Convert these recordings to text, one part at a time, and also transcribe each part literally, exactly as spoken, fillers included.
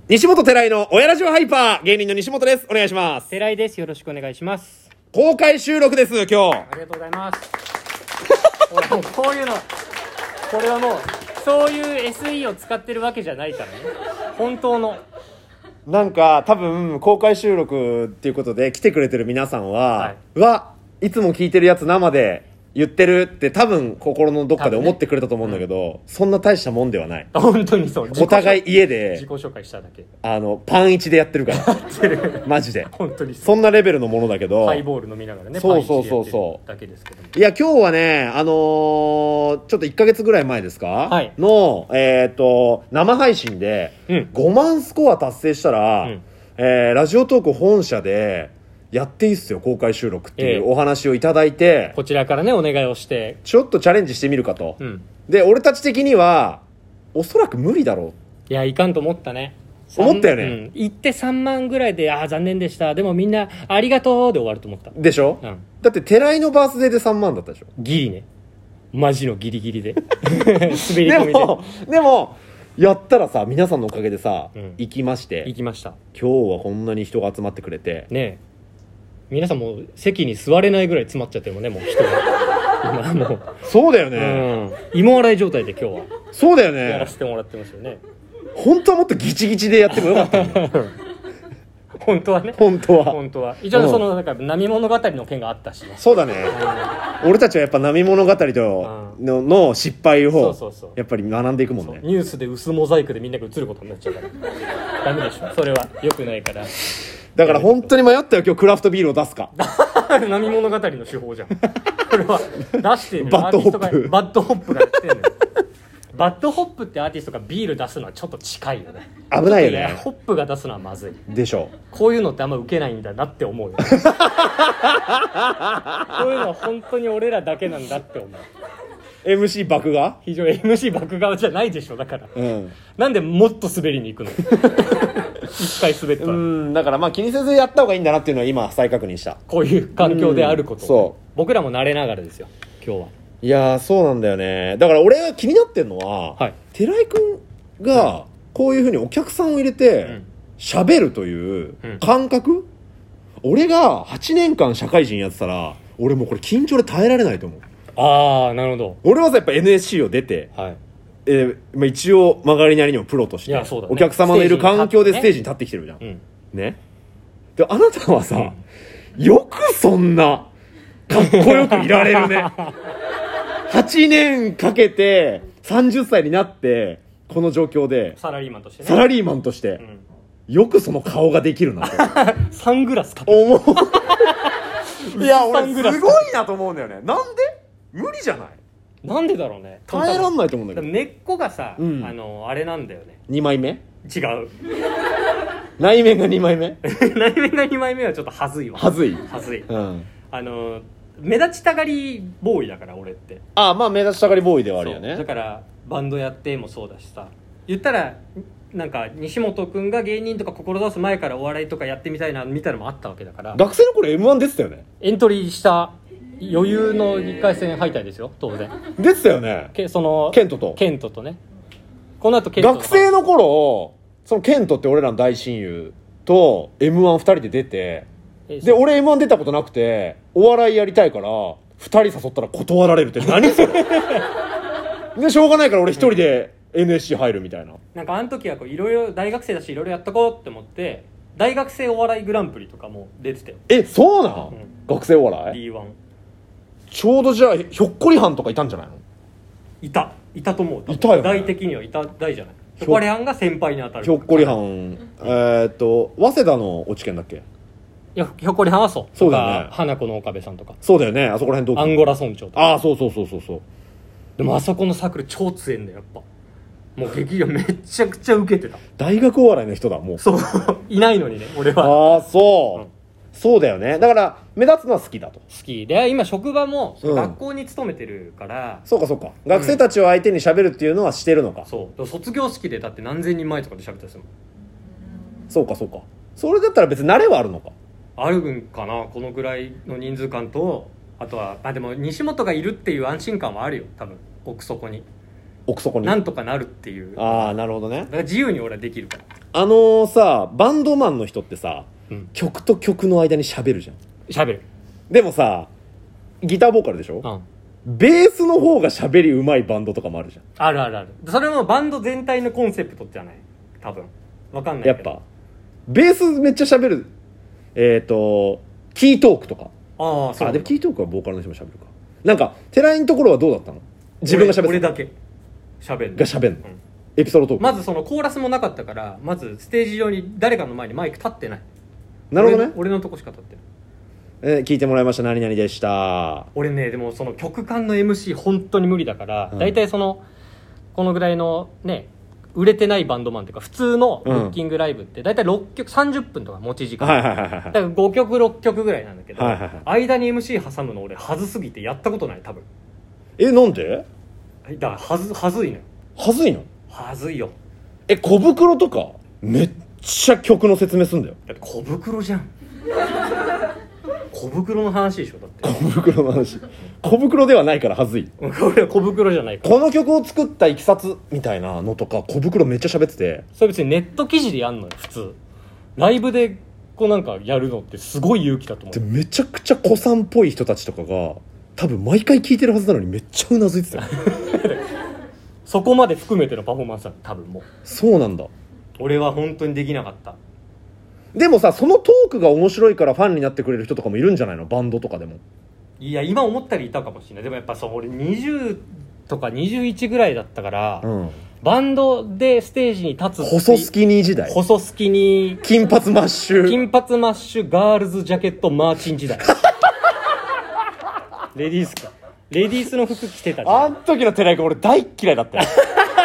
西本寺井の親ラジオハイパー、芸人の西本です。お願いします。 寺井です。よろしくお願いします。 公開収録です今日。 ありがとうございます。俺もうこういうの、これはもうそういう エスイー を使ってるわけじゃないからね。本当のなんか多分公開収録っていうことで来てくれてる皆さんは、 はい、 うわ、いつも聞いてるやつ生で言ってるって多分心のどっかで思ってくれたと思うんだけど、ね、うん、そんな大したもんではない。 本当にそう。 お互い家で自己紹介しただけ。 あのパンいちでやってるからマジで本当に そ, そんなレベルのものだけど、 ハイボール飲みながらね。 そうそうそうそうだけですけども、 いや今日はね、あのー、ちょっといっかげつぐらい前ですか、はい、のえっ、ー、と生配信でごまんスコア達成したら、うん、えー、ラジオトーク本社でやっていいっすよ公開収録っていうお話をいただいて、ええ、こちらからねお願いをしてちょっとチャレンジしてみるかと、うん、で俺たち的にはおそらく無理だろう、 いやいかんと思ったね。 思ったよね、 うん、行ってさんまんぐらいで、ああ残念でした、でもみんなありがとうで終わると思ったでしょ、うん、だって寺井のバースデーでさんまんだったでしょ。 ギリね、マジのギリギリで滑り込みででもでもやったらさ、皆さんのおかげでさ、うん、行きまして行きました。 今日はこんなに人が集まってくれてねえ、皆さんもう席に座れないぐらい詰まっちゃってるもんね、もう人が今もうそうだよね、 うん、芋洗い状態で今日はそうだよねやらせてもらってますよね。 本当はもっとギチギチでやってもよかったの本当はね、 本当は本当は一応そのなんか波物語の件があったしね。 そうだね、うん、俺たちはやっぱ波物語との、うん、の失敗をやっぱり学んでいくもんね。 ニュースで薄モザイクでみんなが映ることになっちゃうからダメでしょ、それは良くないから。 だから本当に迷ったよ今日、クラフトビールを出すか波物語の手法じゃんこれは出してるバッドホップ、 バッドホップがやってるのよバッドホップってアーティストがビール出すのはちょっと近いよね。 危ないよね。 いやホップが出すのはまずいでしょ。 こういうのってあんま受けないんだなって思うよこういうのは本当に俺らだけなんだって思う。 エムシー 爆が非常に エムシー 爆側じゃないでしょ。だから、うん、なんでもっと滑りに行くの一回滑ったら。 うんだからまあ気にせずやった方がいいんだなっていうのは今再確認した。 こういう環境であること、うん、 そう僕らも慣れながらですよ今日は。 いやーそうなんだよね。だから俺が気になってんのは、はい、寺井くんがこういう風にお客さんを入れて喋るという感覚、うん、俺がはちねんかん社会人やってたら俺もうこれ緊張で耐えられないと思う。 ああなるほど。 俺はさやっぱ エヌエスシー を出て、はい、えーまあ、一応曲がりなりにもプロとして、ね、お客様のいる環境でステージに立ってきてるじゃん、ねうん、ねであなたはさ、うん、よくそんなかっこよくいられるねはちねんかけてさんじゅっさいになってこの状況でサラリーマンとしてね、 サラリーマンとして、うん、よくその顔ができるなとサングラスかけて思ういや俺すごいなと思うんだよね。なんで無理じゃない。 なんでだろうね。 耐えらんないと思うんだけど。 根っこがさ、うん、あのあれなんだよね。 にまいめ違う内面がにまいめ内面がにまいめはちょっとはずいわ。 はずいはずい、 うん、 あの目立ちたがりボーイだから俺って。 ああまあ目立ちたがりボーイではあるよね。 だからバンドやってもそうだしさ、言ったらなんか西本くんが芸人とか志す前からお笑いとかやってみたいなみたいなのもあったわけだから。 学生の頃 エムワン 出てたよね。 エントリーした余裕のいっかい戦敗退ですよ当然。 出てたよね。 けそのケントとケントとね。この後ケント学生の頃そのケントって俺らの大親友と エムワンふたりで出て、で俺 エムワン 出たことなくてお笑いやりたいからふたり誘ったら断られるって何それでしょうがないから俺一人で エヌエスシー 入るみたいな。 なんかあの時はこういろいろ大学生だしいろいろやっとこうって思って大学生お笑いグランプリとかも出てたよ。 えそうなん、うん、学生お笑いディーワンちょうどじゃあひょっこりはんとかいたんじゃないの。 いたいたと思う。 いたよ、ね、 大的にはいた大じゃない。ひょっこりはんが先輩に当たる。 ひょっこりはんえー、っと早稲田の落研だっけ。 いやひょっこりはんはそうそうだよね。 花子の岡部さんとかそうだよね。あそこら辺同期アンゴラ村長とか。 ああそうそうそうそうそう。 でもあそこのサークル超強いんだよやっぱ。もう劇場めちゃくちゃ受けてた。 大学お笑いの人だもう。 そういないのにね俺は。 ああそう、うん、そうだよね。だから目立つのは好きだと。 好きで今職場も学校に勤めてるから、 うん、そうかそうか学生たちを相手に喋るっていうのはしてるのか、うん、 そう卒業式でだって何千人前とかで喋ったりするもん。 そうかそうか。それだったら別に慣れはあるのか。 あるんかなこのぐらいの人数感と。あとはあでも西本がいるっていう安心感はあるよ多分奥底に。 奥底になんとかなるっていう。 ああなるほどね。 だから自由に俺はできるから。 あのー、さバンドマンの人ってさ、うん、曲と曲の間に喋るじゃん。 喋る。 でもさギターボーカルでしょ、うん、ベースの方が喋りうまいバンドとかもあるじゃん。 あるあるある。それもバンド全体のコンセプトじゃない、多分。わかんないけど。 やっぱベースめっちゃ喋る。えっ、ー、とキートークとか。 ああ、そう。 あ、でもキートークはボーカルの人も喋るか。なんか寺井のところはどうだったの？自分が喋る。 俺だけ喋るが喋るの、うん、エピソードトーク。 まずそのコーラスもなかったから、まずステージ上に誰かの前にマイク立ってない。 なるほどね。 俺の、俺のとこしか立ってない。えー、聞いてもらいました何々でした。 俺ね、でもその曲間の エムシー 本当に無理だから、うん、だいたいそのこのぐらいのね売れてないバンドマンっていうか普通のブッキングライブってだいたいろっきょくさんじゅっぷんとか持ち時間、はいはいはいはい、だからごきょくろっきょくぐらいなんだけど、はいはいはい、間に エムシー 挟むの俺はずすぎてやったことない多分。 え、なんで？ だからはずはずいのよ。 はずいの？ はずいよ。 え、小袋とかめっちゃ曲の説明すんだよ。 だって小袋じゃん。小袋の話でしょ。だって小袋の話。小袋ではないからはずい。 これは小袋じゃないから。 この曲を作ったいきさつみたいなのとか小袋めっちゃ喋ってて、 それ別にネット記事でやんのよ普通。ライブでこうなんかやるのってすごい勇気だと思う。 でめちゃくちゃ古参っぽい人たちとかが多分毎回聴いてるはずなのにめっちゃうなずいてたよ。 そこまで含めてのパフォーマンスは多分もう。 そうなんだ。 俺は本当にできなかった。 でもさ、そのトークが面白いからファンになってくれる人とかもいるんじゃないの？バンドとかでも。 いや今思ったらいたかもしれない。でもやっぱそう俺にじゅうとかにじゅういちぐらいだったから、うん、バンドでステージに立つ細スキニー時代。 細スキニー金髪マッシュ金髪マッシュガールズジャケットマーチン時代。レディースか。レディースの服着てたじゃん。 あん時の寺井君俺大嫌いだったよ。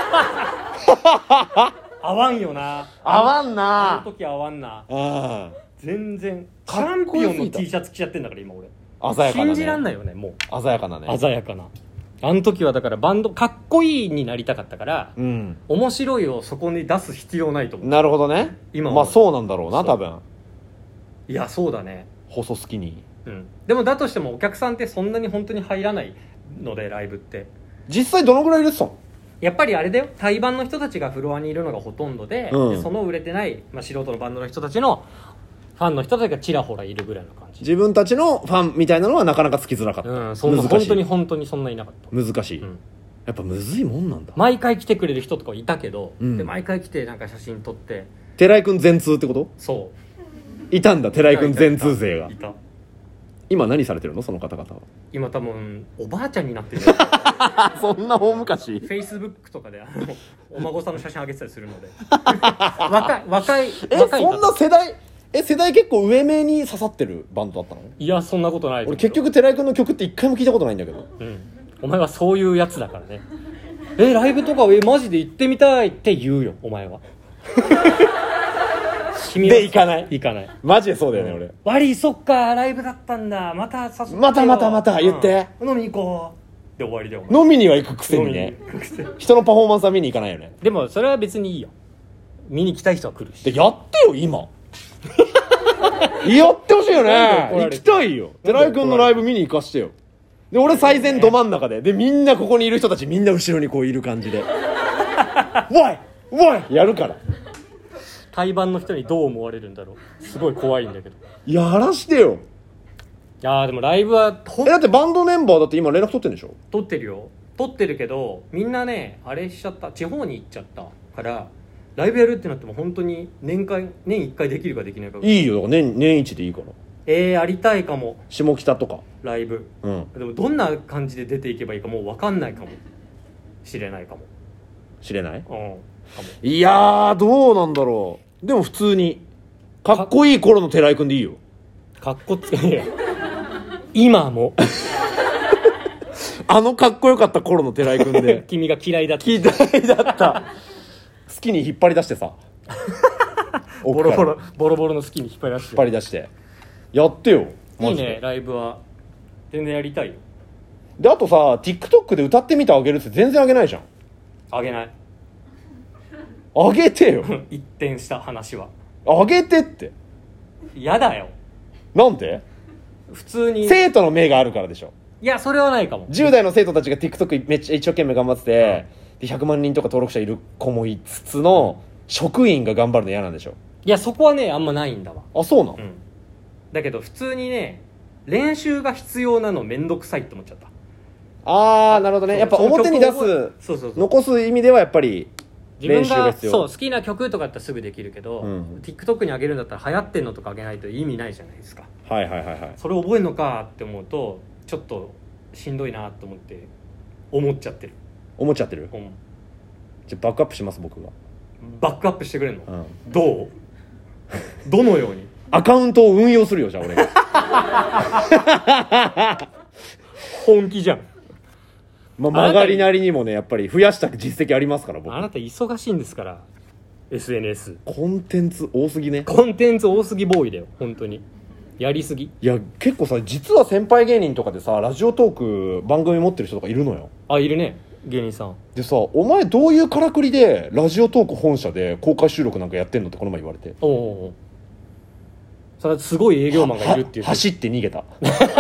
合わんよな。 合わんな。 あの時合わんな。 あ全然チャンピオンの T シャツ着ちゃってんだから今俺。 鮮やかなね。 信じらんないよねもう。鮮やかなね。 鮮やかな。あの時はだからバンドかっこいいになりたかったから、うん、面白いをそこに出す必要ないと思う。 なるほどね。今まあそうなんだろうな多分。 いやそうだね。 細スキニー。うん。でもだとしてもお客さんってそんなに本当に入らないのでライブって。 実際どのぐらい入れてたの？ やっぱりあれだよ、対バンの人たちがフロアにいるのがほとんど で,、うん、でその売れてない、まあ、素人のバンドの人たちのファンの人たちがちらほらいるぐらいの感じ。 自分たちのファンみたいなのはなかなかつきづらかった、 うん、そんな本当に本当にそんないなかった。 難しい、うん、やっぱむずいもんなんだ。 毎回来てくれる人とかいたけど、うん、で毎回来てなんか写真撮って。 寺井くん全通ってこと？ そういたんだ。寺井くん全通勢がいた。 今何されてるのその方々は？ 今多分おばあちゃんになってる。 そんな大昔？ フェイスブックとかであのお孫さんの写真上げてたりするので。若い若いえ若いそんな世代え世代結構上目に刺さってるバンドだったの？ いやそんなことない。 俺結局寺井くんの曲って一回も聞いたことないんだけど。 うん、お前はそういうやつだからね。えライブとかえマジで行ってみたいって言うよお前は。君はで行かない行かない。 マジでそうだよね、うん、俺悪いそっかライブだったんだまた誘ってよまたまたまた言って、 うん、飲みに行こうで終わりだよ。 飲みには行くくせにね。人のパフォーマンスは見に行かないよね。 でもそれは別にいいよ。見に来たい人は来るし。 でやってよ今。やってほしいよね。行きたいよ。寺井くんのライブ見に行かしてよ。で俺最前ど真ん中ででみんなここにいる人たちみんな後ろにこういる感じでわいわいやるから。 対バンの人にどう思われるんだろう。すごい怖いんだけど。 やらしてよ。 いやでもライブはえだってバンドメンバーだって今連絡取ってるんでしょ？ 取ってるよ。取ってるけどみんなねあれしちゃった地方に行っちゃったからライブやるってなっても本当に年間年いっかいできるかできないか。 いいよだから 年, 年一でいいから。 えー、やりたいかも。 下北とかライブ、 うん、 でもどんな感じで出ていけばいいかもう分かんないかもしれないかもしれない、うん、 かも。 いやーどうなんだろう。でも普通にかっこいい頃の寺井くんでいいよ。 かっこつけね今もあのかっこよかった頃の寺井くんで君が嫌いだった嫌いだった好きに引っ張り出してさボロボロボロボロの好きに引っ張り出して引っ張り出してやってよ。 いいねライブは全然やりたいよ。 であとさ TikTok で歌ってみてあげるって全然あげないじゃん。 あげない。 あげてよ。 一転した話はあげてって。 やだよ。 なんで？ 普通に生徒の目があるからでしょ。 いやそれはないかも。 じゅう代の生徒たちが TikTok めっちゃ一生懸命頑張ってて、うん、でひゃくまん人とか登録者いる子もいつつの職員が頑張るの嫌なんでしょ。 いやそこはねあんまないんだわ。 あ、そうなの、 うん、だけど普通にね練習が必要なのめんどくさいって思っちゃった。 ああなるほどね。やっぱ表に出すそうそうそう残す意味ではやっぱり自分がそう好きな曲とかだったらすぐできるけど、うん、TikTok に上げるんだったら流行ってんのとか上げないと意味ないじゃないですか。 はいはいはいはい。 それを覚えるのかって思うとちょっとしんどいなと思って思っちゃってる思っちゃってる、 うん、 じゃあバックアップします。僕がバックアップしてくれるの、うん、どうどのようにアカウントを運用するよじゃあ俺が本気じゃん。 まあ、曲がりなりにもねやっぱり増やした実績ありますから僕。 あなた忙しいんですから エスエヌエスコンテンツ多すぎね。 コンテンツ多すぎボーイだよ本当に。やりすぎ。 いや結構さ実は先輩芸人とかでさラジオトーク番組持ってる人とかいるのよ。 あいるね芸人さんでさお前どういうからくりでラジオトーク本社で公開収録なんかやってんのってこの前言われて。 おおそれはすごい営業マンがいるっていう。 走って逃げた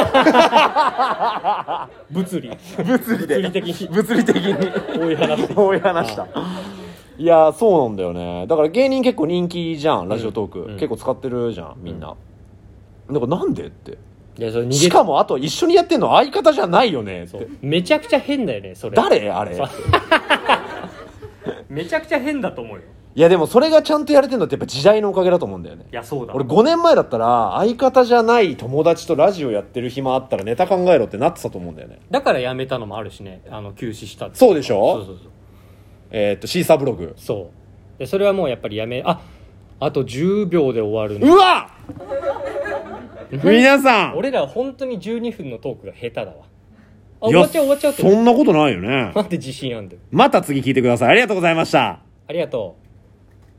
物理物理で物理的に物理的に追い放した追い放したいやそうなんだよね。だから芸人結構人気じゃんラジオトーク、うん、結構使ってるじゃんみんな、うん、だからなんでっていやそれ逃げしかもあと一緒にやってんの相方じゃないよねって。 めちゃくちゃ変だよねそれ。 誰あれめちゃくちゃ変だと思うよ。 いやでもそれがちゃんとやれてるのってやっぱ時代のおかげだと思うんだよね。 いやそうだ。 俺ごねんまえだったら相方じゃない友達とラジオやってる暇あったらネタ考えろってなってたと思うんだよね。 だからやめたのもあるしねあの休止したって。 そうでしょ。 そうそうそうえー、っとシーサーブログ。 そうでそれはもうやっぱりやめああとじゅうびょうで終わるの。うわ皆さん俺らは本当にじゅうにふんのトークが下手だわ。あ終わっちゃう終わっちゃうって。 そんなことないよね。 なんで自信あんだよ。 また次聞いてください。ありがとうございました。 ありがとう。